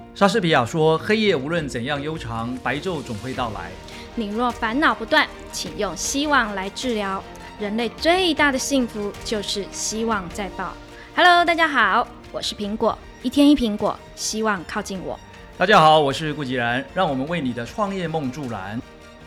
莎士比亚说，黑夜无论怎样悠长，白昼总会到来。 你若烦恼不断，请用希望来治疗。人类最大的幸福就是希望在爆。Hello， 大家好，我是苹果，一天一苹果，希望靠近我。 大家好，我是顾吉然，让我们为你的创业梦助燃。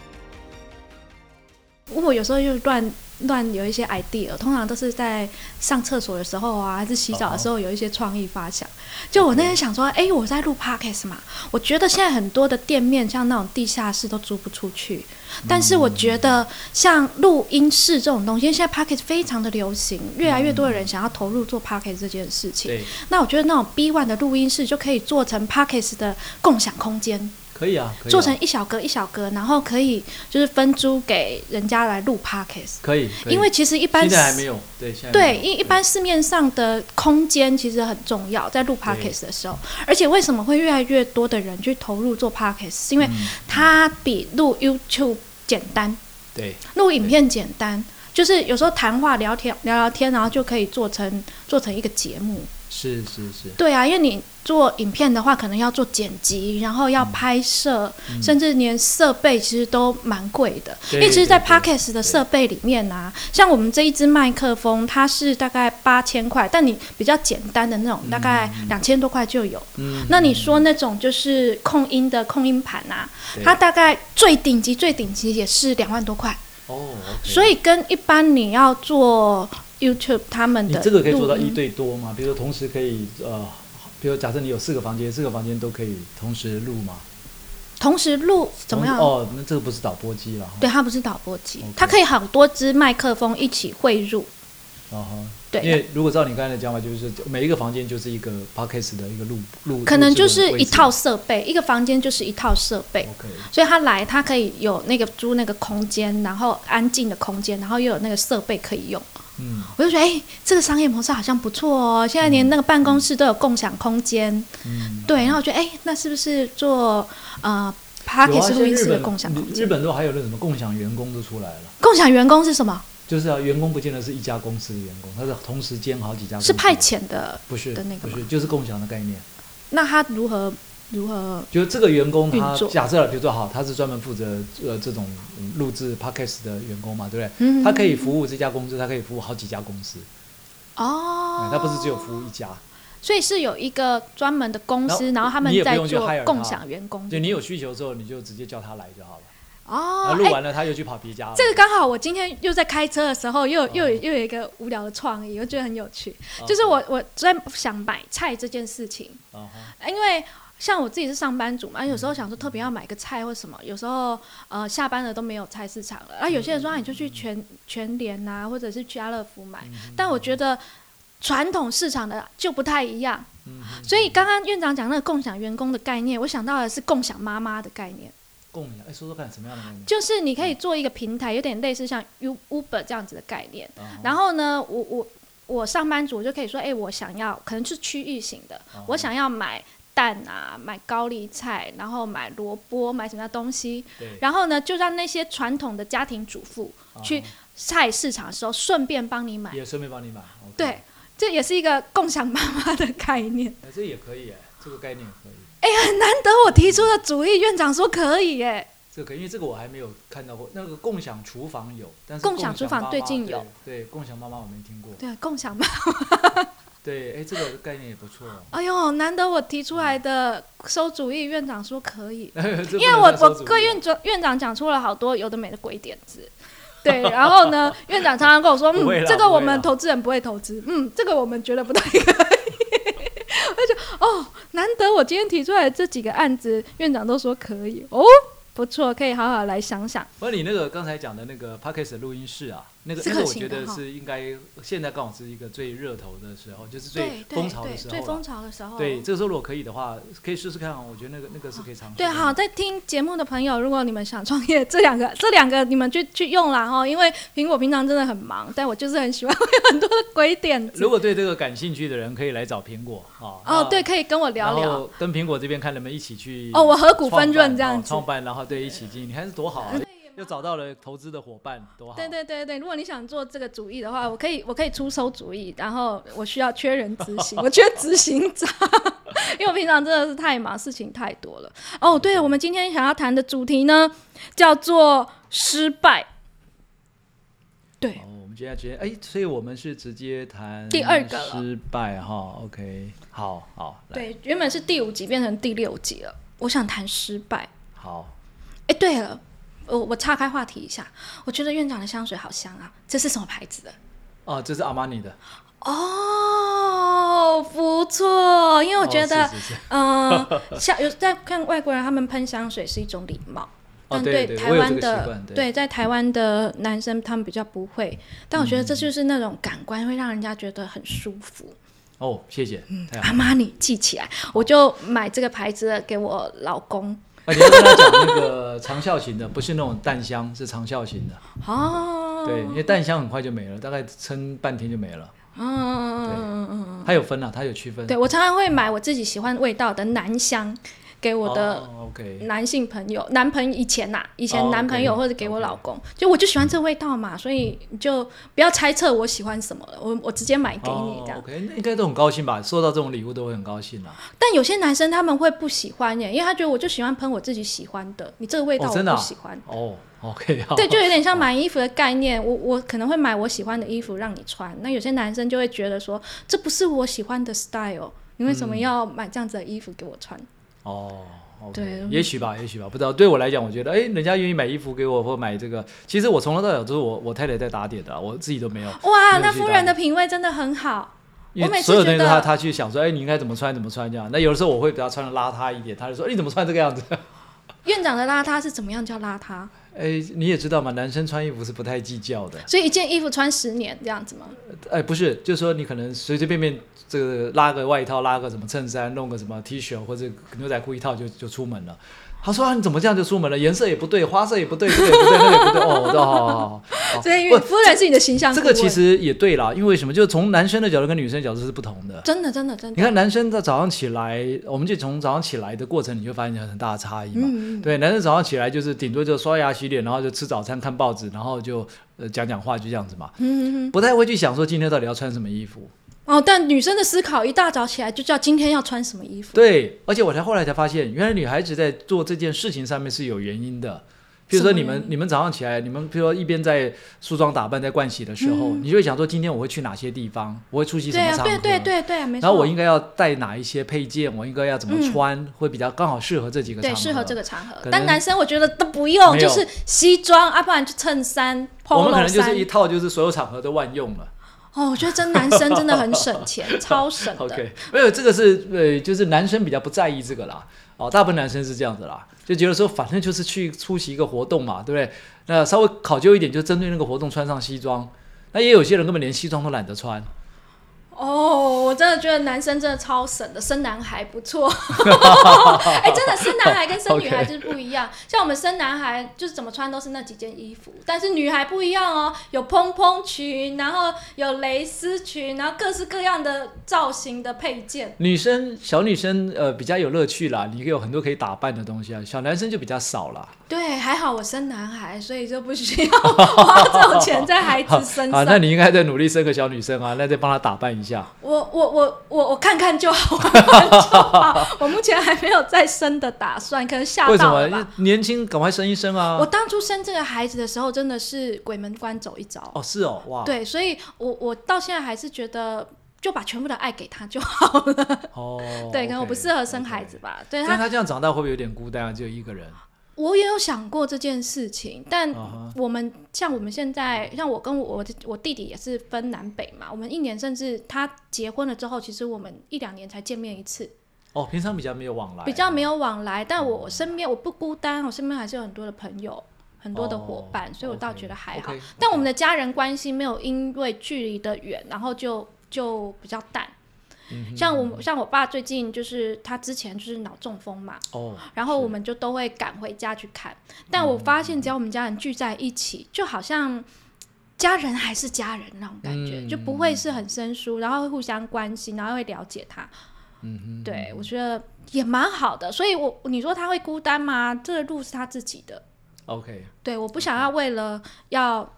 我有时候就乱有一些 idea， 通常都是在上厕所的时候啊，还是洗澡的时候有一些创意发想。就我那天想说，我在录 podcast 嘛，我觉得现在很多的店面像那种地下室都租不出去，但是我觉得像录音室这种东西，因为现在 podcast 非常的流行，越来越多的人想要投入做 podcast 这件事情。那我觉得那种 B1 的录音室就可以做成 podcast 的共享空间。 可以啊， 做成一小格一小格，然后可以就是分租给人家来录 podcast。 可以， 因为其实一般现在还没有，对，现在对，一般市面上的空间其实很重要，在录 podcast 的时候，而且为什么会越来越多的人去投入做 podcast， 是因为它比录 YouTube 简单， 对， 录影片简单，就是有时候谈话聊天，然后就可以做成一个节目。 是， 对啊，因为你做影片的话，可能要做剪辑，然后要拍摄，甚至连设备其实都蛮贵的。因为其实，在 Podcast 的设备里面啊，像我们这一支麦克风，它是大概8000块，但你比较简单的那种，大概2000多块就有。那你说那种就是控音的控音盘啊，它大概最顶级也是2万多块。所以跟一般你要做YouTube 他们的， 你这个可以做到1对多吗？比如说同时可以比如假设你有4个房间都可以同时录吗？ 同时录怎么样？ 那这个不是导播机了。 对，它不是导播机，它可以好多支麦克风一起汇入。对， 因为如果照你刚才的讲法，就是每一个房间就是一个 podcast 的一个录， 可能就是一套设备，一个房间就是一套设备。所以他来，他可以有那个租那个空间，然后安静的空间，然后又有那个设备可以用。我就觉得这个商业模式好像不错哦。现在连那个办公室都有共享空间。对，然后我觉得那是不是做podcast 录音室的共享空间？ 日本都还有那什么共享员工都出来了。 共享员工是什么？ 就是员工不见得是一家公司的员工，他是同时兼好几家公司。 是派遣的？ 不是的那个， 不是，就是共享的概念。 那他如何？ 就这个员工，他假设比如说好，他是专门负责这种录制 podcast 的员工嘛，对不对？他可以服务这家公司，他可以服务好几家公司。他不是只有服务一家。所以是有一个专门的公司，然后他们在做共享员工。 就你有需求之后，你就直接叫他来就好了。录完了，他又去跑别家了。 这个刚好，我今天又在开车的时候，又有一个无聊的创意，我觉得很有趣。就是我在想买菜这件事情，因为像我自己是上班族嘛，有时候想说特别要买个菜或什么，有时候下班了都没有菜市场了，有些人说你就去全联啊，或者是去家乐福买。但我觉得传统市场的就不太一样，所以刚刚院长讲那个共享员工的概念，我想到的是共享妈妈的概念。 共享，说说看什么样的概念？ 就是你可以做一个平台，有点类似像 Uber 这样子的概念。然后呢，我上班族就可以说，我想要可能是区域型的，我想要买蛋啊，买高丽菜，然后买萝卜，买什么样的东西。然后呢，就让那些传统的家庭主妇去菜市场的时候顺便帮你买， 也顺便帮你买。 对，这也是一个共享妈妈的概念。 这也可以这个概念也可以。 很难得我提出的主意，院长说可以这个可以，因为这个我还没有看到过。那个共享厨房有，但是共享厨房最近有。 对，共享妈妈我没听过。 对，共享妈妈。 对，这个概念也不错。 难得我提出来的馊主意，院长说可以。因为我各院长讲出了好多有的没的鬼点子。对，然后呢，院长常常跟我说，这个我们投资人不会投资，这个我们觉得不太可以。我就难得我今天提出来的这几个案子，院长都说可以不错，可以好好来想想。 不过你那个刚才讲的那个 podcast 录音室啊，那个我觉得是应该现在刚好是一个最热头的时候，就是最风潮的时候。 最风潮的时候。 对，这个时候如果可以的话，可以试试看。我觉得那个是可以尝试。 对，好，在听节目的朋友，如果你们想创业，这两个你们去用啦因为苹果平常真的很忙，但我就是很喜欢会有很多的鬼点子。 如果对这个感兴趣的人，可以来找苹果对，可以跟我聊聊。 然后跟苹果这边看能不能一起去我合股分润这样子创办，然后一起经营，你看是多好啊！又找到了投资的伙伴，多好。 对，如果你想做这个主意的话，我可以出馊主意，然后我需要缺人执行，我缺执行长，因为我平常真的是太忙，事情太多了。哦，对了，我们今天想要谈的主题呢，叫做失败。对， 我们今天所以我们是直接谈第2个失败哈。OK， 好， 对，原本是第5集变成第6集了，我想谈失败。 好， 对了，我岔开话题一下，我觉得院长的香水好香啊，这是什么牌子的？ 哦，这是阿玛尼的。 哦，不错，因为我觉得， 是有在看外国人他们喷香水是一种礼貌。但对台湾的在台湾的男生他们比较不会，但我觉得这就是那种感官会让人家觉得很舒服。 哦，谢谢。 阿玛尼记起来，我就买这个牌子的给我老公。 你要跟他讲那个长效型的，不是那种淡香，是长效型的。哦，对，因为淡香很快就没了，大概撑半天就没了。对，它有分啊，它有区分。 对，我常常会买我自己喜欢味道的男香给我的男性朋友，以前男朋友或者给我老公，我就喜欢这味道嘛，所以你就不要猜测我喜欢什么了，我直接买给你这样。 OK， 那应该都很高兴吧？收到这种礼物都会很高兴啊。 但有些男生他们会不喜欢耶，因为他觉得我就喜欢喷我自己喜欢的，你这个味道我不喜欢。 OK， 对，就有点像买衣服的概念，我可能会买我喜欢的衣服让你穿，那有些男生就会觉得说这不是我喜欢的 style， 你为什么要买这样子的衣服给我穿？ 对，也许吧，不知道。对我来讲，我觉得，人家愿意买衣服给我或买这个，其实我从头到尾都是我太太在打点的，我自己都没有。 哇，那夫人的品味真的很好。 因为所有东西都他去想说，你应该怎么穿这样。那有的时候我会比较穿的邋遢一点，他就说，你怎么穿这个样子？ 院长的邋遢是怎么样叫邋遢？ 你也知道嘛，男生穿衣服是不太计较的。 所以一件衣服穿10年这样子吗？ 不是，就是说你可能随随便便这个拉个外套，拉个什么衬衫，弄个什么 T 恤或者牛仔裤一套就出门了。他说你怎么这样就出门了？颜色也不对，花色也不对，这个也不对，那个也不对。好。 所以夫人是你的形象顾问。 这个其实也对啦，因为什么？就从男生的角度跟女生的角度是不同的。 真的。 你看男生在早上起来，我们就从早上起来的过程，你就发现有很大的差异嘛。对，男生早上起来就是顶多就刷牙洗脸，然后就吃早餐、看报纸，然后就讲话，就这样子嘛。不太会去想说今天到底要穿什么衣服。 但女生的思考一大早起来就叫今天要穿什么衣服。 对，而且我后来才发现，原来女孩子在做这件事情上面是有原因的。比如说你们早上起来，你们比如说一边在梳妆打扮在盥洗的时候，你就会想说今天我会去哪些地方，我会出席什么场合， 对，没错。 然后我应该要带哪一些配件，我应该要怎么穿，会比较刚好适合这几个场合。 对，适合这个场合。但男生我觉得都不用，就是西装不然就衬衫、polo 衫。 我们可能就是一套，就是所有场合都万用了。 我觉得真男生真的很省钱，超省的。 OK， 没有这个是就是男生比较不在意这个啦。大部分男生是这样子啦，就觉得说反正就是去出席一个活动嘛，对不对？那稍微考究一点，就针对那个活动穿上西装。那也有些人根本连西装都懒得穿。 我真的觉得男生真的超省的，生男孩不错。真的生男孩跟生女孩就是不一样。像我们生男孩就是怎么穿都是那几件衣服，但是女孩不一样哦，有蓬蓬裙，然后有蕾丝裙，然后各式各样的造型的配件。 小女生比较有乐趣啦，你有很多可以打扮的东西啊，小男生就比较少啦。 对，还好我生男孩，所以就不需要花这种钱在孩子身上。 那你应该再努力生个小女生啊，那再帮她打扮一下。 我看看就好，我目前还没有再生的打算，可能吓到了吧。 为什么？年轻赶快生一生啊！ 我当初生这个孩子的时候，真的是鬼门关走一遭。 是哦，哇！ 对，所以我到现在还是觉得，就把全部的爱给他就好了。对，可能我不适合生孩子吧。对他这样长大会不会有点孤单啊？只有一个人。 我也有想过这件事情，但我们现在，像我跟我弟弟也是分南北嘛，我们1年甚至他结婚了之后，其实我们1-2年才见面一次。 平常比较没有往来，但我身边我不孤单，我身边还是有很多的朋友，很多的伙伴，所以我倒觉得还好。但我们的家人关系没有因为距离的远，然后就比较淡。像我爸最近就是他之前就是脑中风嘛，然后我们就都会赶回家去看。但我发现只要我们家人聚在一起，就好像家人还是家人那种感觉，就不会是很生疏，然后会互相关心，然后会了解他。对，我觉得也蛮好的。所以你说他会孤单吗？这个路是他自己的。 OK， 对，我不想要为了要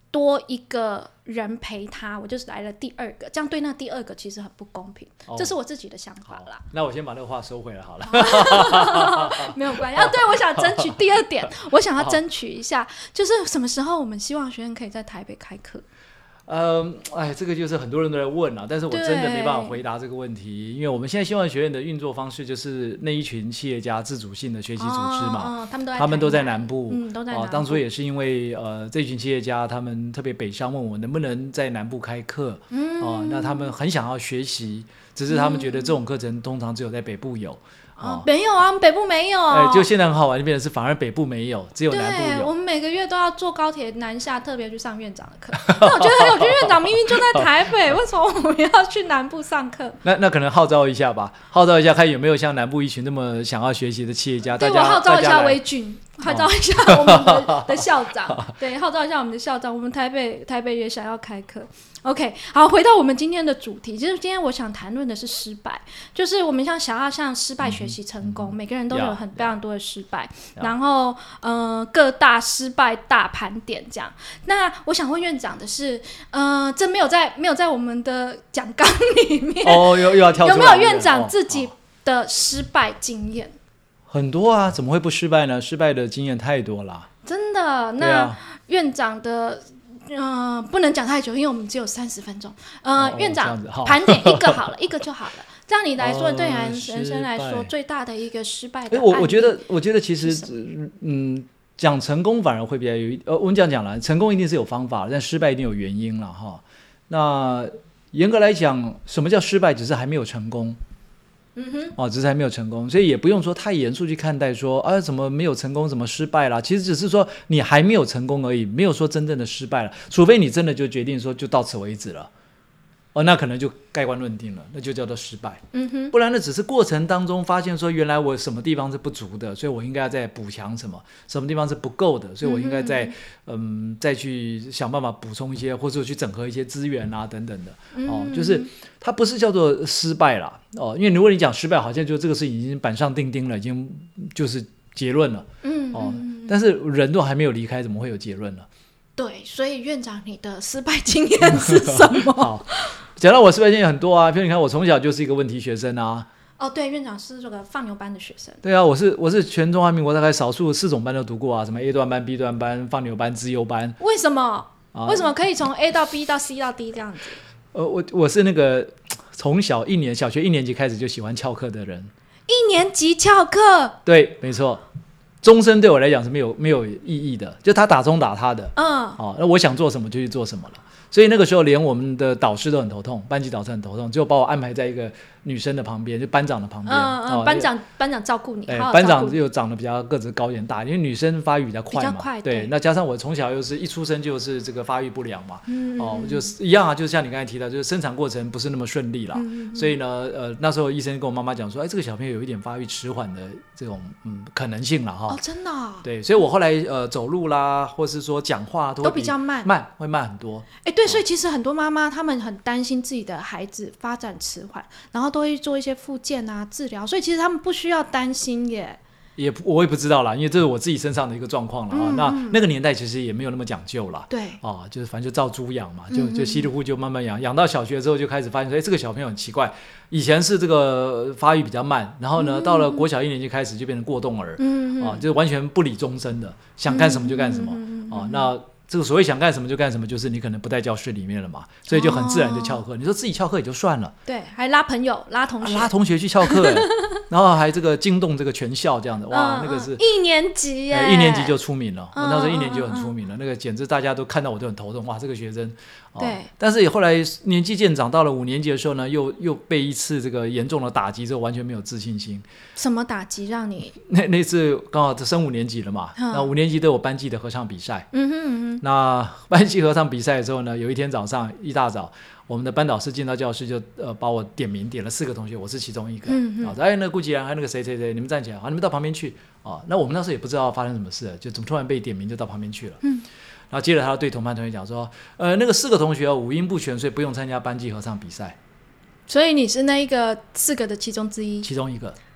多一个人陪他，我就是来了第二个，这样对那第二个其实很不公平，这是我自己的想法啦。 那我先把那个话收回来好了。 没有关系对，我想争取第二点，我想要争取一下，就是什么时候我们希望学院可以在台北开课。 这个就是很多人都在问啦，但是我真的没办法回答这个问题，因为我们现在希望学院的运作方式就是那一群企业家自主性的学习组织嘛，他们都在南部， 都在南部。 当初也是因为这群企业家他们特别北上问我能不能在南部开课，那他们很想要学习，只是他们觉得这种课程通常只有在北部有。 没有啊，我们北部没有。 就现在很好玩，变成是反而北部没有，只有南部有。 对，我们每个月都要坐高铁南下，特别去上院长的课。那我觉得很有趣，院长明明就在台北，为什么我们要去南部上课？ 那可能号召一下吧，号召一下看有没有像南部一群那么想要学习的企业家。 对，我号召一下微俊。号召一下我们 的校长，对，号召一下我们的校长，我们台北也想要开课。OK， 好，回到我们今天的主题，就是今天我想谈论的是失败，就是我们想要像失败学习成功，每个人都有非常多的失败，然后各大失败大盘点这样。那我想问院长的是，这没有在我们的讲纲里面又要跳出来， 有没有院长自己的失败经验？ 很多啊，怎么会不失败呢？失败的经验太多了， 真的。那院长的不能讲太久，因为我们只有30分钟。院长盘点一个好了，一个就好了。这样你来说，对人生来说最大的一个失败的案例。 我觉得其实讲成功反而会比较我们讲了，成功一定是有方法，但失败一定有原因了哈。那严格来讲，什么叫失败？只是还没有成功。只是还没有成功，所以也不用说太严肃去看待说怎么没有成功，怎么失败啦，其实只是说你还没有成功而已，没有说真正的失败了，除非你真的就决定说就到此为止了，那可能就盖棺论定了，那就叫做失败。不然呢只是过程当中发现说原来我什么地方是不足的，所以我应该要再补强什么地方是不够的，所以我应该再去想办法补充一些，或者去整合一些资源啊等等的。就是它不是叫做失败啦，因为如果你讲失败好像就这个事情已经板上钉钉了，已经就是结论了。但是人都还没有离开，怎么会有结论呢？ 对，所以院长你的失败经验是什么？ 好，讲到我失败经验很多啊，比如你看我从小就是一个问题学生啊。 对，院长是这个放牛班的学生。 对啊，我是全中华民国大概少数4种班都读过啊，什么 A 段班、B 段班、放牛班、资优班。 为什么？为什么可以从 A 到 B 到 C 到 D 这样子？ 我是那个从小学1年级开始就喜欢翘课的人。 1年级翘课？ 对，没错。终身对我来讲是没有意义的，就他打钟打他的。那我想做什么就去做什么了。所以那个时候连我们的导师都很头痛，班级导师很头痛，就把我安排在一个女生的旁边，就班长的旁边。 班长照顾你， 班长又长得比较个子高一点大，因为女生发育比较快嘛。对，那加上我从小又是一出生就是这个发育不良嘛。就是一样啊，就是像你刚才提到，就是生产过程不是那么顺利啦。所以呢，那时候医生跟我妈妈讲说，这个小朋友有一点发育迟缓的这种可能性啦哈。 真的。 对，所以我后来走路啦，或是说讲话都比较慢， 会慢很多。 对，所以其实很多妈妈她们很担心自己的孩子发展迟缓，然后都会做一些复健啊治疗，所以其实他们不需要担心耶。 我也不知道啦，因为这是我自己身上的一个状况啦。那个年代其实也没有那么讲究啦。 对。 就是反正就照猪养嘛，就稀里糊涂就慢慢养到小学之后就开始发现说，这个小朋友很奇怪，以前是这个发育比较慢，然后呢到了国小1年级开始就变成过动儿，就是完全不理终身的，想干什么就干什么。那这个所谓想干什么就干什么，就是你可能不在教室里面了嘛，所以就很自然就翘课。你说自己翘课也就算了， 对，还拉朋友、拉同学、 拉同学去翘课，然后还这个惊动这个全校这样的，哇，那个是 1年级耶 ，1年级就出名了。我那时候1年级就很出名了，那个简直大家都看到我都很头痛，哇，这个学生。 对。 但是后来年纪渐长，到了5年级的时候呢，又被一次这个严重的打击之后，完全没有自信心。 什么打击让你？ 那次刚好升5年级了嘛，那5年级都有班级的合唱比赛。那班级合唱比赛的时候呢，有一天早上一大早，我们的班导师进到教室就把我点名，点了4个同学，我是其中一个。那个顾吉然还有那个谁，你们站起来，你们到旁边去。那我们那时候也不知道发生什么事，就怎么突然被点名就到旁边去了。然后接着他对同班同学讲说，那个4个同学五音不全，所以不用参加班级合唱比赛。 所以你是那一个4个的其中之一？ 其中一个。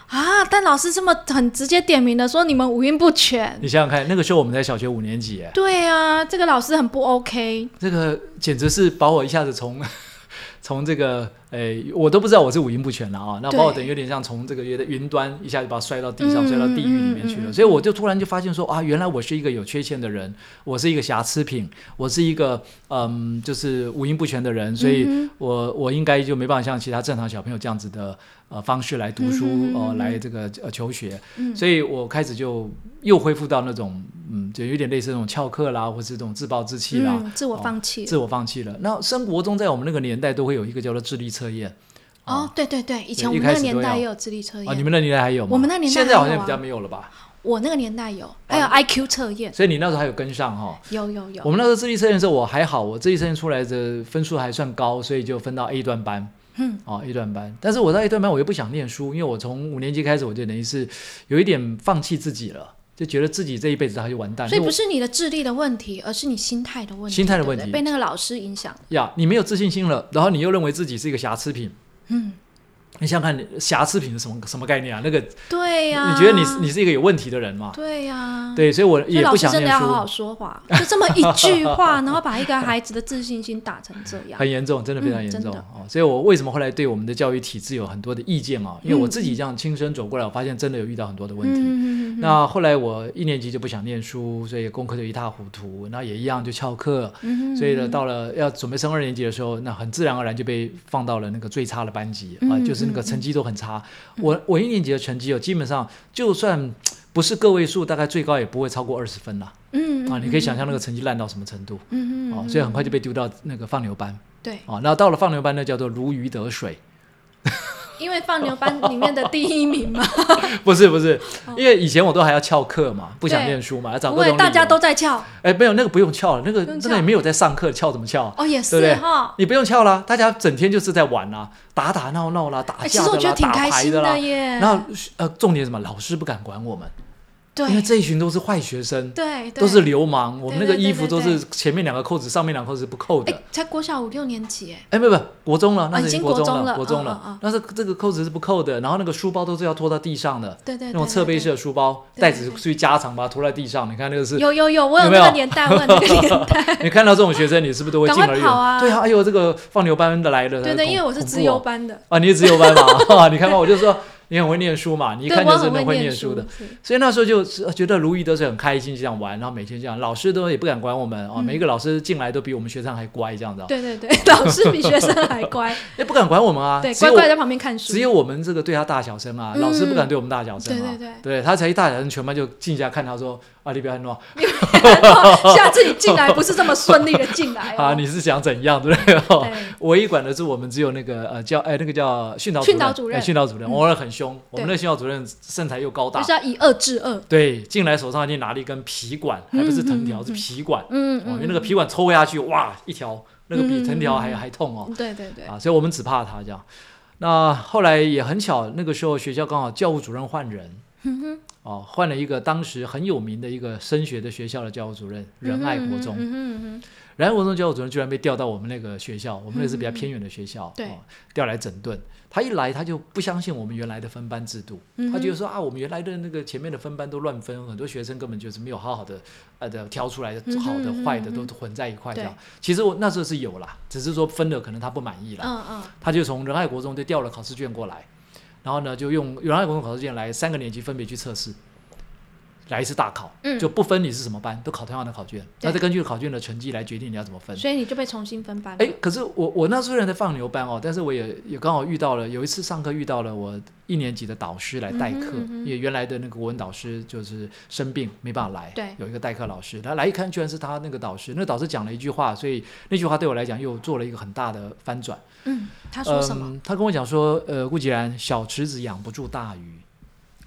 啊！但老师这么很直接点名的说你们五音不全， 你想想看，那个时候我们在小学5年级耶。 对啊，这个老师很不 OK， 这个简直是把我一下子从这个我都不知道我是五音不全了啊，那把我等于有点像从这个云端一下就把我摔到地上，摔到地狱里面去了。所以我就突然就发现说啊，原来我是一个有缺陷的人，我是一个瑕疵品，我是一个就是五音不全的人，所以我应该就没办法像其他正常小朋友这样子的方式来读书来这个求学，所以我开始就又恢复到那种就有点类似那种翘课啦，或是这种自暴自弃啦， 自我放弃， 自我放弃了。那升国中在我们那个年代都会有一个叫做智力测验。 对对对，以前我们那个年代也有智力测验。 你们那年代还有吗？ 我们那年代现在好像比较没有了吧？ 我那个年代有，还有 IQ 测验。 所以你那时候还有跟上哈？ 有。 我们那时候智力测验的时候我还好，我智力测验出来的分数还算高，所以就分到 A 段班。A 段班，但是我到 A 段班我又不想念书，因为我从5年级开始我就等于是有一点放弃自己了，就觉得自己这一辈子他就完蛋。 所以不是你的智力的问题，而是你心态的问题。 心态的问题， 对不对？被那个老师影响。 你没有自信心了，然后你又认为自己是一个瑕疵品。你想想看，瑕疵品是什么概念啊？那个对呀， 你觉得你是一个有问题的人吗？ 对呀， 对，所以我也不想念书。老师真的要好好说话，就这么一句话，然后把一个孩子的自信心打成这样， 很严重，真的非常严重所以我为什么后来对我们的教育体制有很多的意见因为我自己这样亲身走过来，我发现真的有遇到很多的问题。那后来我1年级就不想念书，所以功课就一塌糊涂，那也一样就翘课。所以呢，到了要准备升2年级的时候，那很自然而然就被放到了那个最差的班级就是那个成绩都很差。我1年级的成绩基本上就算不是个位数，大概最高也不会超过20分啦。你可以想象那个成绩烂到什么程度。所以很快就被丢到那个放牛班。 对。 那到了放牛班呢，叫做如鱼得水。 因为放牛班里面的第1名嘛。 不是，因为以前我都还要翘课嘛，不想念书嘛，要找各种理由。 大家都在翘。 没有，那个不用翘了，那个也没有在上课，翘怎么翘？ 也是哈。 你不用翘啦，大家整天就是在玩啦，打打闹闹啦，打架的啦， 其实我觉得挺开心的耶。 然后重点是什么？老师不敢管我们。因为这一群都是坏学生， 对， 都是流氓。我们那个衣服都是前面2个扣子，上面2个扣子不扣的。 才国小5、6年级不，国中了，那已经国中了， 国中了。但是这个扣子是不扣的，然后那个书包都是要拖到地上的， 对， 那种侧背式的书包，袋子属于加长，把它拖在地上。你看那个是有，我有那个年代，我有那个年代。 你看到这种学生，你是不是都会敬而远？ 跑啊！ 对啊，这个放牛班的来了。 对，因为我是资优班的。 你是资优班嘛？你看嘛，我就说。你很会念书嘛，你一看就是很会念书的，所以那时候就觉得如鱼得水，很开心，就这样玩，然后每天这样，老师都也不敢管我们每一个老师进来都比我们学生还乖，这样子。 对，老师比学生还乖， 也不敢管我们啊， 对，乖乖在旁边看书。 只有我们这个对他大小声老师不敢对我们大小声对，他才一大小声，全班就静下看他说你不要弄， 下次你进来不是这么顺利的进来你是想怎样对不对？唯一管的是我们只有那个那个叫训导主任，我很凶，我们那个训导主任身材又高大， 就是要以2制2。 对，进来手上已经拿了一根皮管，还不是藤条，是皮管。因为那个皮管抽下去，哇，一条那个比藤条还痛对。 所以我们只怕他这样。那后来也很巧，那个时候学校刚好教务主任换人。换了一个当时很有名的一个升学的学校的教务主任，仁爱国中。仁爱国中教务主任居然被调到我们那个学校，我们那是比较偏远的学校，调来整顿。他一来他就不相信我们原来的分班制度，他觉得说我们原来的那个前面的分班都乱分，很多学生根本就是没有好好的挑出来的好的坏的都混在一块这样。其实我那时候是有啦，只是说分的可能他不满意啦。他就从仁爱国中就调了考试卷过来，然后呢就用仁爱国中考试卷来3个年级分别去测试。来一次大考，就不分你是什么班，都考同样的考卷，那再根据考卷的成绩来决定你要怎么分。 所以你就被重新分班了。 可是我那虽然在放牛班但是我也刚好遇到了，有一次上课遇到了我1年级的导师来代课，因为原来的那个国文导师就是生病没办法来，有一个代课老师，他来一看居然是他那个导师，那个导师讲了一句话，所以那句话对我来讲又做了一个很大的翻转。 他说什么？ 他跟我讲说，顾吉然，小池子养不住大鱼。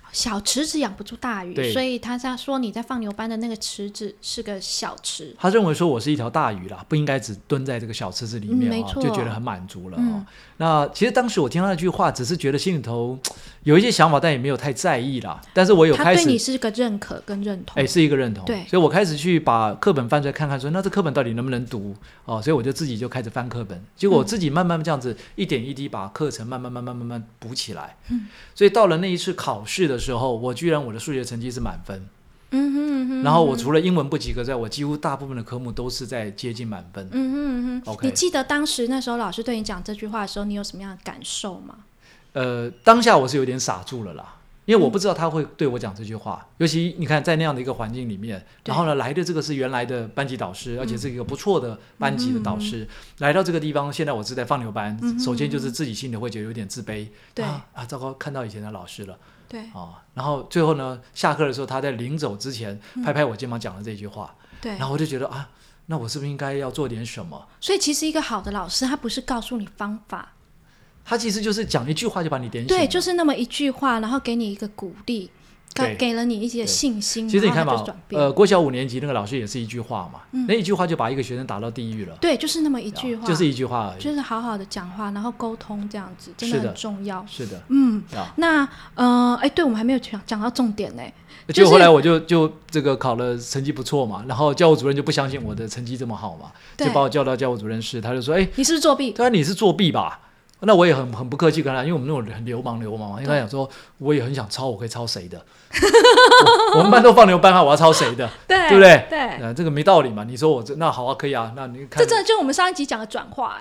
小池子养不出大鱼，所以他在说你在放牛班的那个池子是个小池。 他认为说我是一条大鱼啦，不应该只蹲在这个小池子里面， 没错， 就觉得很满足了。那其实当时我听到那句话，只是觉得心里头有一些想法，但也没有太在意啦。但是我有开始， 他对你是个认可跟认同， 是一个认同。 对， 所以我开始去把课本翻出来看看说，那这课本到底能不能读所以我就自己就开始翻课本，结果我自己慢慢这样子一点一滴把课程慢慢补起来。所以到了那一次考试的时候，我居然我的数学成绩是满分。然后我除了英文不及格之外，我几乎大部分的科目都是在接近满分。 Okay. 你记得当时那时候老师对你讲这句话的时候，你有什么样的感受吗？ 当下我是有点傻住了啦，因为我不知道他会对我讲这句话，尤其你看在那样的一个环境里面，然后呢来的这个是原来的班级导师，而且是一个不错的班级的导师，来到这个地方，现在我是在放牛班，首先就是自己心里会觉得有点自卑， 对糟糕，看到以前的老师了。 对然后最后呢，下课的时候他在临走之前拍拍我肩膀讲了这句话， 对， 然后我就觉得那我是不是应该要做点什么？ 所以其实一个好的老师，他不是告诉你方法， 他其实就是讲一句话就把你点醒， 对，就是那么一句话，然后给你一个鼓励，给了你一些信心。 其实你看嘛，国小5年级那个老师也是一句话嘛，那一句话就把一个学生打到地狱了。 对，就是那么一句话， 就是一句话而已， 就是好好的讲话，然后沟通这样子，真的很重要。 是的， 那对，我们还没有讲到重点呢。 结果后来我就这个考了成绩不错嘛，然后教务主任就不相信我的成绩这么好嘛，就把我叫到教务主任室，他就说：“你是不是作弊？” 对啊，你是作弊吧？那我也很不客气跟他，因为我们那种很流氓嘛，因为他讲说我也很想抄，我可以抄谁的？我们班都放牛班我要抄谁的？对不对？ 对， 这个没道理嘛。你说我那好可以啊，那你看， 这真的就是我们上一集讲的转化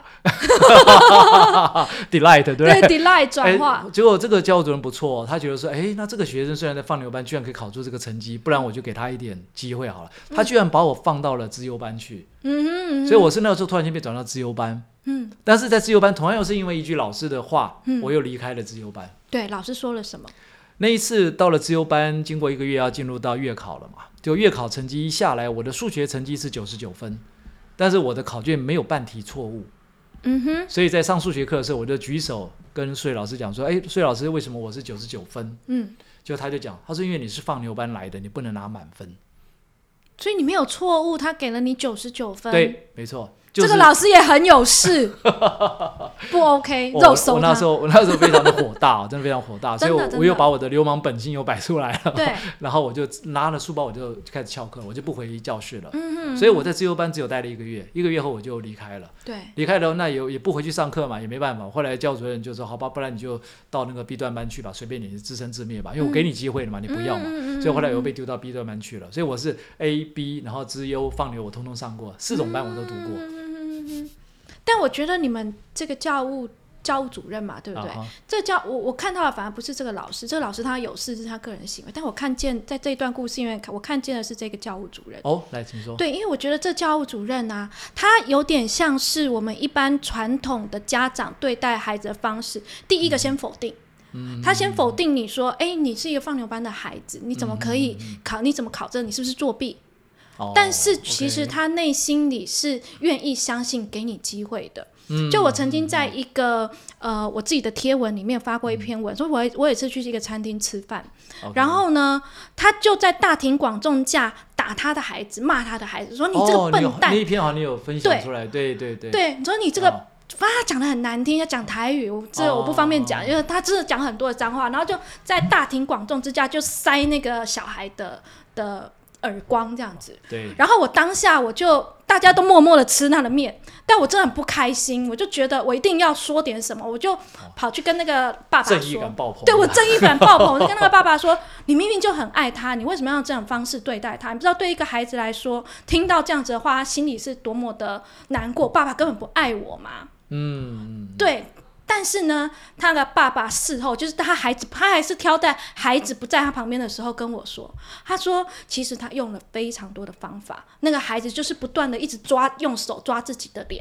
，delight 对不对？ 对 ，delight 转化。 结果这个教务主任不错，他觉得说，那这个学生虽然在放牛班，居然可以考出这个成绩，不然我就给他一点机会好了。他居然把我放到了资优班去，所以我是那个时候突然间被转到资优班。但是在资优班同样又是因为一句老师的话，我又离开了资优班。 对，老师说了什么？ 那一次到了资优班，经过1个月要进入到月考了嘛，就月考成绩一下来，我的数学成绩是99分，但是我的考卷没有半题错误。所以在上数学课的时候，我就举手跟数学老师讲说：“数学老师，为什么我是99分？”就他就讲，他说：“因为你是放牛班来的，你不能拿满分。” 所以你没有错误，他给了你99分。 对，没错。 这个老师也很有事，不 OK， 肉搜他。 我那时候非常的火大，真的非常火大，所以我又把我的流氓本性又摆出来了。 对， 然后我就拿了书包，我就开始翘课，我就不回教室了。所以我在资优班只有待了1个月，1个月后我就离开了。 对， 离开了那也不回去上课嘛，也没办法。后来教主任就说：“好吧，不然你就到那个 B 段班去吧，随便你自生自灭吧，因为我给你机会了嘛，你不要嘛。”所以后来我又被丢到 B 段班去了。所以我是 A、B， 然后资优、放牛我通通上过，4种班我都读过。 但我觉得你们这个教务主任嘛，对不对？这我看到的反而不是这个老师，这个老师他有事是他个人行为，但我看见在这一段故事，因为我看见的是这个教务主任。 来，请说。 对，因为我觉得这教务主任啊，他有点像是我们一般传统的家长对待孩子的方式。第一个先否定。他先否定你说：“你是一个放牛班的孩子，你怎么可以考？你怎么考这？你是不是作弊？”但是其实他内心里是愿意相信给你机会的。就我曾经在一个我自己的贴文里面发过一篇文，说我也是去一个餐厅吃饭，然后呢，他就在大庭广众下打他的孩子，骂他的孩子，说你这个笨蛋。 那一篇好像你有分享出来，对， 你说你这个。他讲得很难听，要讲台语，这我不方便讲，因为他真的讲很多的脏话，然后就在大庭广众之下就塞那个小孩的耳光这样子。 对。 然后我当下大家都默默的吃他的面，但我真的很不开心，我就觉得我一定要说点什么，我就跑去跟那个爸爸说， 正义感爆棚。 对，我正义感爆棚，我就跟那个爸爸说：“你明明就很爱他，你为什么要用这种方式对待他？你不知道对一个孩子来说，听到这样子的话，他心里是多么的难过。爸爸根本不爱我嘛。”对，但是呢，他的爸爸事后就是他还是挑在孩子不在他旁边的时候跟我说，他说其实他用了非常多的方法，那个孩子就是不断的一直用手抓自己的脸。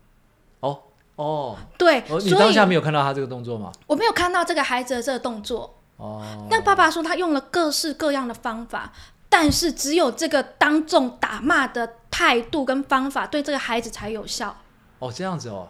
对， 你当下没有看到他这个动作吗？ 我没有看到这个孩子的这个动作。那爸爸说他用了各式各样的方法，但是只有这个当众打骂的态度跟方法对这个孩子才有效。 这样子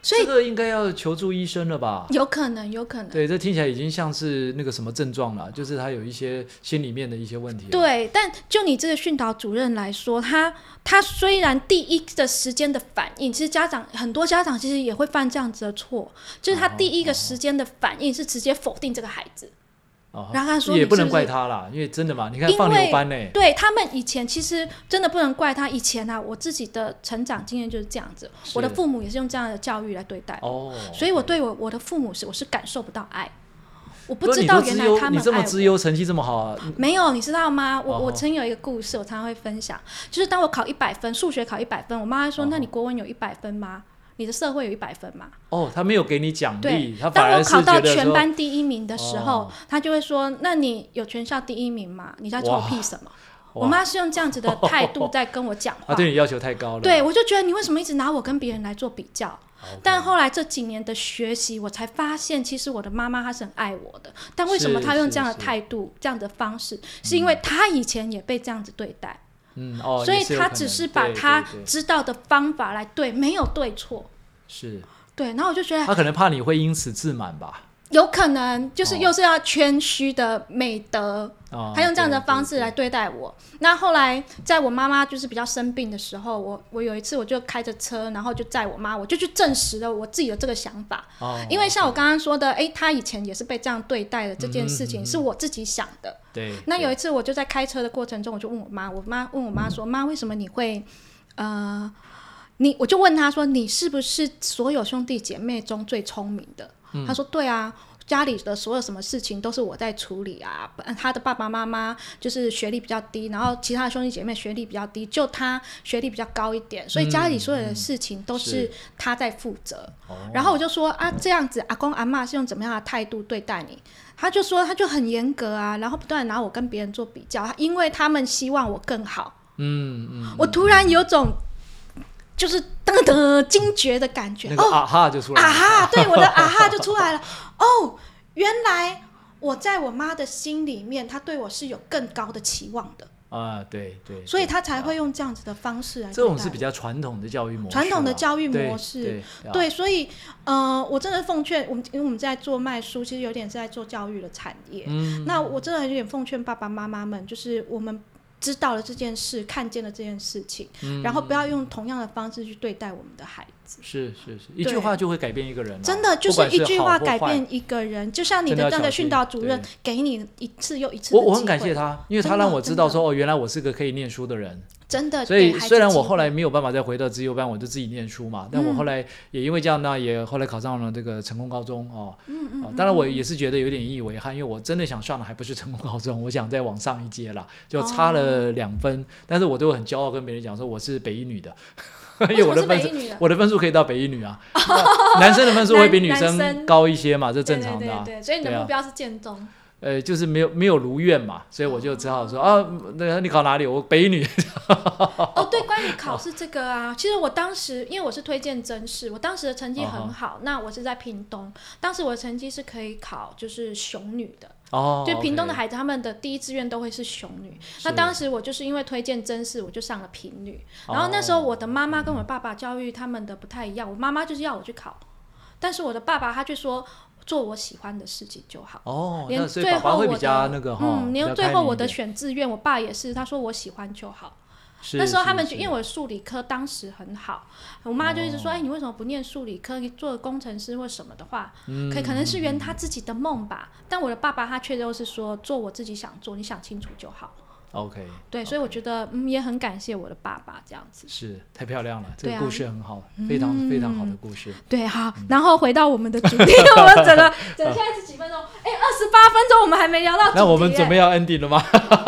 所以这个应该要求助医生了吧？ 有可能。 对，这听起来已经像是那个什么症状了，就是他有一些心里面的一些问题。 对，但就你这个训导主任来说，他虽然第一个时间的反应，其实很多家长其实也会犯这样子的错，就是他第一个时间的反应是直接否定这个孩子。然后他说也不能怪他啦，因为真的嘛，你看放牛班呢， 对他们以前其实真的不能怪他。以前啊，我自己的成长经验就是这样子，我的父母也是用这样的教育来对待我，所以我对我的父母我是感受不到爱，我不知道原来他们爱我。 你这么资优，成绩这么好啊？ 没有，你知道吗？我曾有一个故事，我常常会分享，就是当我考100分，数学考100分，我妈会说：“那你国文有100分吗？你的社会有100分嘛？” 他没有给你奖励，他反而是当我考到全班第第1名的时候，他就会说：“那你有全校第1名吗？你在臭屁什么？”我妈是用这样子的态度在跟我讲话。 对你要求太高了。 对，我就觉得你为什么一直拿我跟别人来做比较？但后来这几年的学习，我才发现，其实我的妈妈她是很爱我的。但为什么她用这样的态度、这样的方式，是因为她以前也被这样子对待。所以她只是把她知道的方法来对，没有对错。 是。 对，然后我就觉得他可能怕你会因此自满吧。 有可能就是又是要谦虚的美德，他用这样的方式来对待我。那后来在我妈妈就是比较生病的时候，我有一次我就开着车，然后就载我妈，我就去证实了我自己的这个想法。因为像我刚刚说的，她以前也是被这样对待的，这件事情是我自己想的。 对。 那有一次我就在开车的过程中，我就问我妈问我妈说：“妈，为什么你会我就问她说，你是不是所有兄弟姐妹中最聪明的？”她说：“对啊，家里的所有什么事情都是我在处理啊。他的爸爸妈妈就是学历比较低，然后其他的兄弟姐妹学历比较低，就他学历比较高一点，所以家里所有的事情都是他在负责。然后我就说啊，这样子阿公阿嬷是用怎么样的态度对待你？他就说他就很严格啊，然后不断拿我跟别人做比较，因为他们希望我更好。我突然有种就是噔噔惊觉的感觉， 那个啊哈就出来了， 啊哈，对，我的啊哈就出来了。原来我在我妈的心里面，她对我是有更高的期望的啊，对， 所以她才会用这样子的方式来对待我。 这种是比较传统的教育模式， 传统的教育模式，对，所以我真的奉劝因为我们在做卖书，其实有点是在做教育的产业。那我真的有点奉劝爸爸妈妈们，就是我们知道了这件事，看见了这件事情，然后不要用同样的方式去对待我们的孩子。 是，一句话就会改变一个人， 真的就是一句话改变一个人。就像你的那个训导主任给你一次又一次的机会， 我很感谢他，因为他让我知道说原来我是个可以念书的人。 真的， 所以虽然我后来没有办法再回到资优班，我就自己念书嘛，但我后来也因为这样呢，也后来考上了这个成功高中当然我也是觉得有点引以为憾，因为我真的想上的还不是成功高中，我想再往上一阶啦，就差了2分，但是我都很骄傲跟别人讲说我是北一女的。因为我的分数可以到北一女啊，男生的分数会比女生高一些嘛，这正常的。 对，所以你的目标是建中。 就是没有如愿嘛，所以我就只好说那你考哪里？我北一女。 对，关于考试这个啊，其实我当时因为我是推荐甄试，我当时的成绩很好，那我是在屏东，当时我的成绩是可以考就是雄女的。就屏东的孩子，他们的第一志愿都会是雄女。那当时我就是因为推荐甄试，我就上了屏女。然后那时候我的妈妈跟我爸爸教育他们的不太一样，我妈妈就是要我去考，但是我的爸爸他却说做我喜欢的事情就好。连最后我的连最后我的选志愿，我爸也是，他说我喜欢就好。那时候他们因为我的数理科当时很好，我妈就一直说你为什么不念数理科，你做工程师或什么的话，可能是圆他自己的梦吧。但我的爸爸他却都是说做我自己想做，你想清楚就好。 OK， 对，所以我觉得也很感谢我的爸爸这样子。 是太漂亮了，这个故事很好，非常非常好的故事。 对，好，然后回到我们的主题，我们整个现在是几分钟？28分钟，我们还没聊到主题。 那我们准备要 ending 了吗？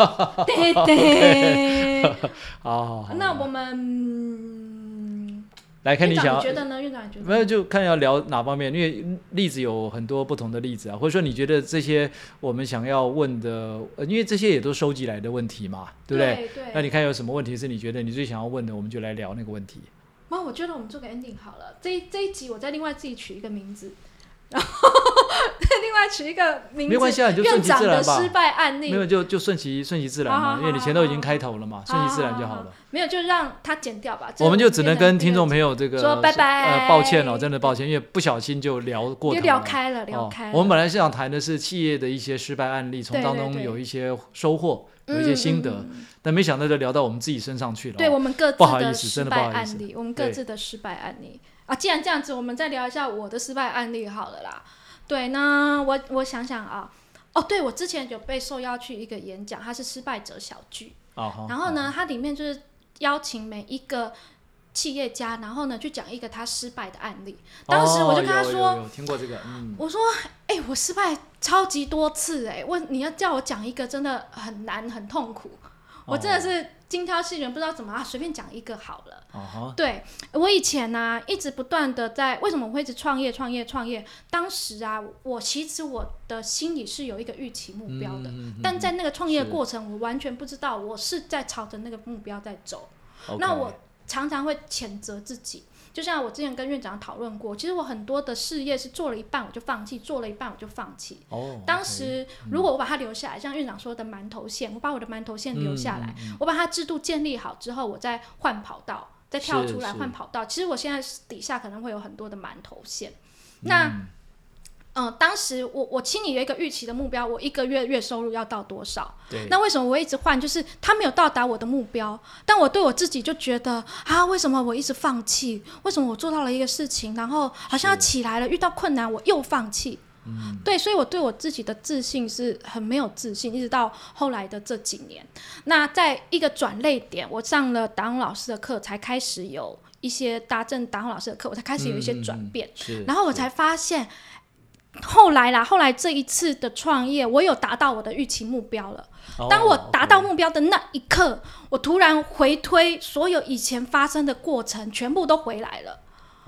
对， 好， 那我们来看你想要， 院长觉得呢？院长觉得没有，就看要聊哪方面，因为例子有很多不同的例子啊，或者说你觉得这些我们想要问的，因为这些也都收集来的问题嘛，对不对？ 对。 那你看有什么问题是你觉得你最想要问的，我们就来聊那个问题。 我觉得我们做个 ending 好了，这一集我再另外自己取一个名字， 然后另外取一个名字， 没关系啊，你就顺其自然吧。 院长的失败案例， 没有就顺其自然嘛，因为你前都已经开头了嘛，顺其自然就好了。 没有就让它剪掉吧。 我们就只能跟听众朋友这个说拜拜， 抱歉真的抱歉，因为不小心就聊过头了， 聊开了。 我们本来是想谈的是企业的一些失败案例，从当中有一些收获，有一些心得，但没想到就聊到我们自己身上去了。 对，我们各自的失败案例，我们各自的失败案例啊。既然这样子，我们再聊一下我的失败案例好了啦。对，那我想想啊，对，我之前有被受邀去一个演讲，它是失败者小聚，然后呢，它里面就是邀请每一个企业家，然后呢去讲一个他失败的案例。当时我就跟他说， 有听过这个， 我说，我失败超级多次，你要叫我讲一个真的很难很痛苦，我真的是精挑细选，不知道怎么随便讲一个好了。对，我以前呢一直不断的在，为什么我会一直创业？当时啊，其实我的心里是有一个预期目标的，但在那个创业的过程，我完全不知道我是在朝着那个目标在走。那我常常会谴责自己，就像我之前跟院长讨论过，其实我很多的事业是做了一半我就放弃，做了一半我就放弃。当时如果我把它留下来，像院长说的馒头线，我把我的馒头线留下来，我把它制度建立好之后，我再换跑道，再跳出来换跑道。其实我现在底下可能会有很多的馒头线。那当时我心里有一个预期的目标，我一个月月收入要到多少？那为什么我一直换？就是他没有到达我的目标，但我对我自己就觉得为什么我一直放弃？为什么我做到了一个事情，然后好像要起来了，遇到困难我又放弃？对，所以我对我自己的自信是很没有自信，一直到后来的这几年。那在一个转捩点，我上了达宏老师的课，才开始有一些达宏老师的课，我才开始有一些转变。然后我才发现。后来这一次的创业，我有达到我的预期目标了。当我达到目标的那一刻，我突然回推所有以前发生的过程，全部都回来了。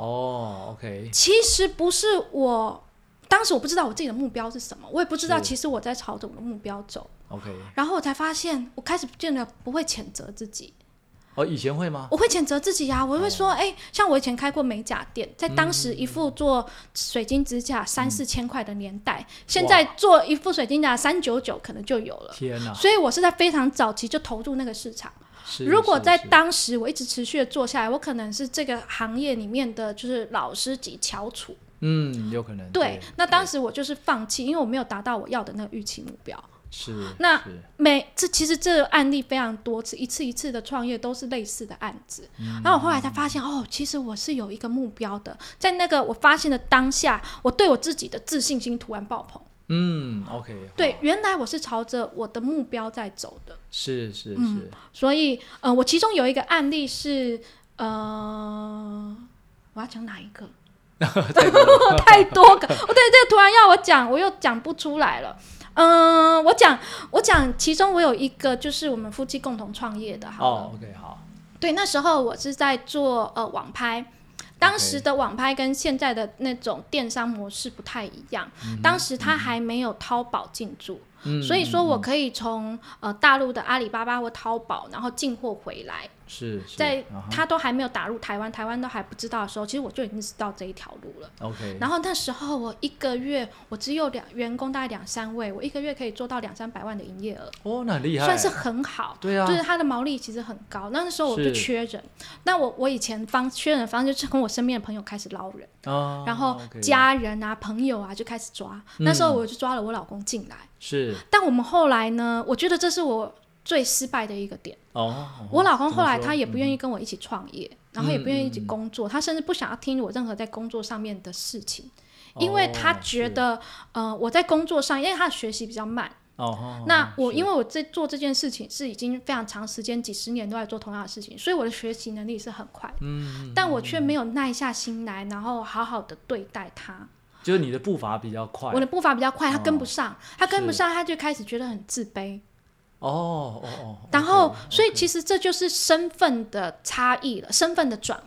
OK。 其实不是当时我不知道我自己的目标是什么，我也不知道其实我在朝着我的目标走。然后我才发现，我开始渐渐不会谴责自己。 以前会吗？ 我会谴责自己啊，我会说，像我以前开过美甲店，在当时一副做水晶指甲3-4千块的年代，现在做一副水晶指甲399可能就有了。 天哪！ 所以我是在非常早期就投入那个市场。如果在当时我一直持续的做下来，我可能是这个行业里面的就是老师级翘楚。 有可能。 对，那当时我就是放弃，因为我没有达到我要的那个预期目标。 那其实这个案例非常多次，一次一次的创业都是类似的案子。然后我后来才发现，其实我是有一个目标的。在那个我发现的当下，我对我自己的自信心突然爆棚。 OK。 对，原来我是朝着我的目标在走的。 是。 所以我其中有一个案例是我要讲哪一个？太多个。对，这个突然要我讲，我又讲不出来了。我讲，其中我有一个就是我们夫妻共同创业的，好了。 OK， 好。 对，那时候我是在做网拍，当时的网拍跟现在的那种电商模式不太一样，当时它还没有淘宝进驻，所以说我可以从大陆的阿里巴巴或淘宝，然后进货回来。在他都还没有打入台湾都还不知道的时候，其实我就已经知道这一条路了。然后那时候我一个月我只有员工大概2-3位，我一个月可以做到200-300万的营业额。 那很厉害， 算是很好。对啊，就是他的毛利其实很高。那时候我就缺人，那我以前缺人的方式就是跟我身边的朋友开始捞人，然后家人啊朋友啊就开始抓。那时候我就抓了我老公进来。但我们后来呢，我觉得这是我最失败的一个点。我老公后来他也不愿意跟我一起创业，然后也不愿意一起工作，他甚至不想要听我任何在工作上面的事情，因为他觉得我在工作上，因为他的学习比较慢。那因为我在做这件事情是已经非常长时间，几十年都在做同样的事情，所以我的学习能力是很快的。但我却没有耐下心来，然后好好的对待他。 就是你的步伐比较快。 我的步伐比较快，他跟不上，他就开始觉得很自卑。然后所以其实这就是身份的差异了，身份的转化。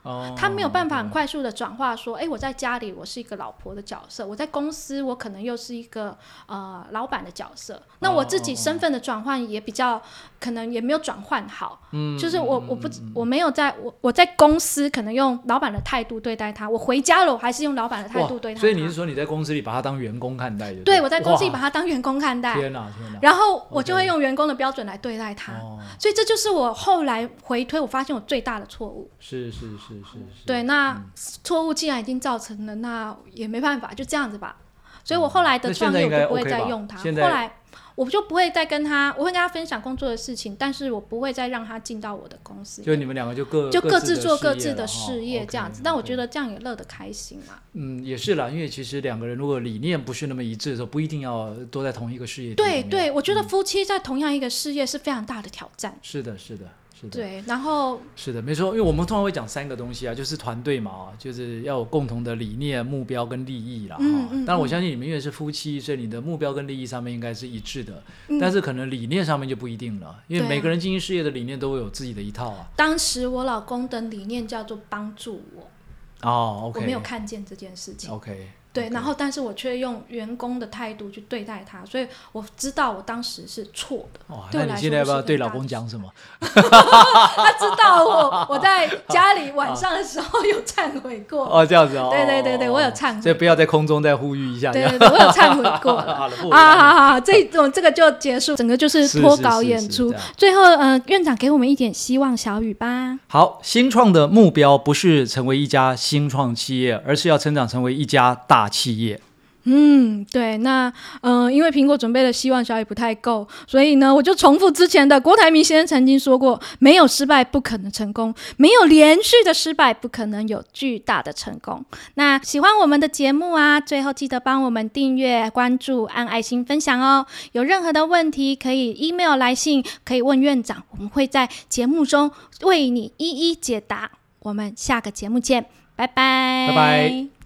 他没有办法很快速的转化说我在家里我是一个老婆的角色，我在公司我可能又是一个老板的角色，那我自己身份的转换也比较可能也没有转换好，就是我没有我在公司可能用老板的态度对待他，我回家了我还是用老板的态度对待他。 所以你是说你在公司里把他当员工看待？ 对，我在公司里把他当员工看待。 天哪， 然后我就会用员工的标准来对待他，所以这就是我后来回推我发现我最大的错误。 是。 对，那错误既然已经造成了，那也没办法，就这样子吧。所以我后来的创业我就不会再用它。后来我就不会再跟他，我会跟他分享工作的事情，但是我不会再让他进到我的公司。 就你们两个就各自做各自的事业这样子，但我觉得这样也乐得开心啊。 也是啦，因为其实两个人如果理念不是那么一致的时候，不一定要都在同一个事业体。 对，我觉得夫妻在同样一个事业是非常大的挑战。 是的。 对，然后是的，没错，因为我们通常会讲3个东西啊，就是团队嘛，就是要有共同的理念、目标跟利益啦。当然我相信你们因为是夫妻，所以你的目标跟利益上面应该是一致的，但是可能理念上面就不一定了，因为每个人经营事业的理念都会有自己的一套啊。 当时我老公的理念叫做帮助我 ，OK， 我没有看见这件事情 ，OK。 对，然后但是我却用员工的态度去对待他，所以我知道我当时是错的。 那你现在要不要对老公讲什么？ 他知道我在家里晚上的时候有忏悔过。 这样子对，我有忏悔， 所以不要在空中再呼吁一下。 对，我有忏悔过了。好，这个就结束，整个就是脱稿演出。最后院长给我们一点希望小语吧。 好，新创的目标不是成为一家新创企业，而是要成长成为一家大企业。 对，那因为苹果准备的希望小语不太够，所以呢我就重复之前的郭台铭先生曾经说过，没有失败不可能成功，没有连续的失败不可能有巨大的成功。那喜欢我们的节目啊，最后记得帮我们订阅、关注、按爱心分享哦。有任何的问题可以 email 来信，可以问院长，我们会在节目中为你一一解答。我们下个节目见，拜拜。